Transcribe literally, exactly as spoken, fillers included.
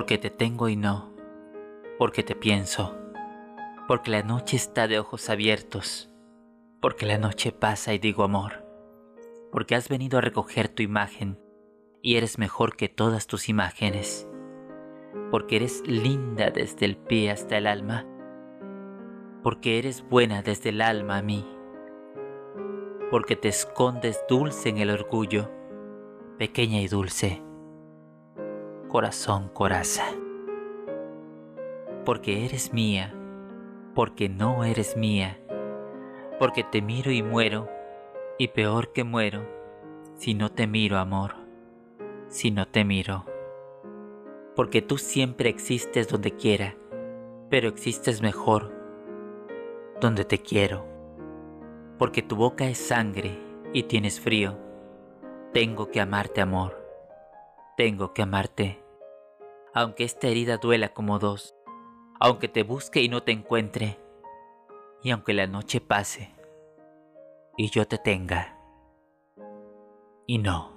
porque te tengo y no, porque te pienso, porque la noche está de ojos abiertos, porque la noche pasa y digo amor, porque has venido a recoger tu imagen y eres mejor que todas tus imágenes, porque eres linda desde el pie hasta el alma, porque eres buena desde el alma a mí, porque te escondes dulce en el orgullo, pequeña y dulce, corazón coraza. Porque eres mía, porque no eres mía, porque te miro y muero, y peor que muero, si no te miro, amor, si no te miro. Porque tú siempre existes donde quiera, pero existes mejor donde te quiero. Porque tu boca es sangre y tienes frío, tengo que amarte, amor, tengo que amarte. Aunque esta herida duela como dos, aunque te busque y no te encuentre, y aunque la noche pase y yo te tenga y no.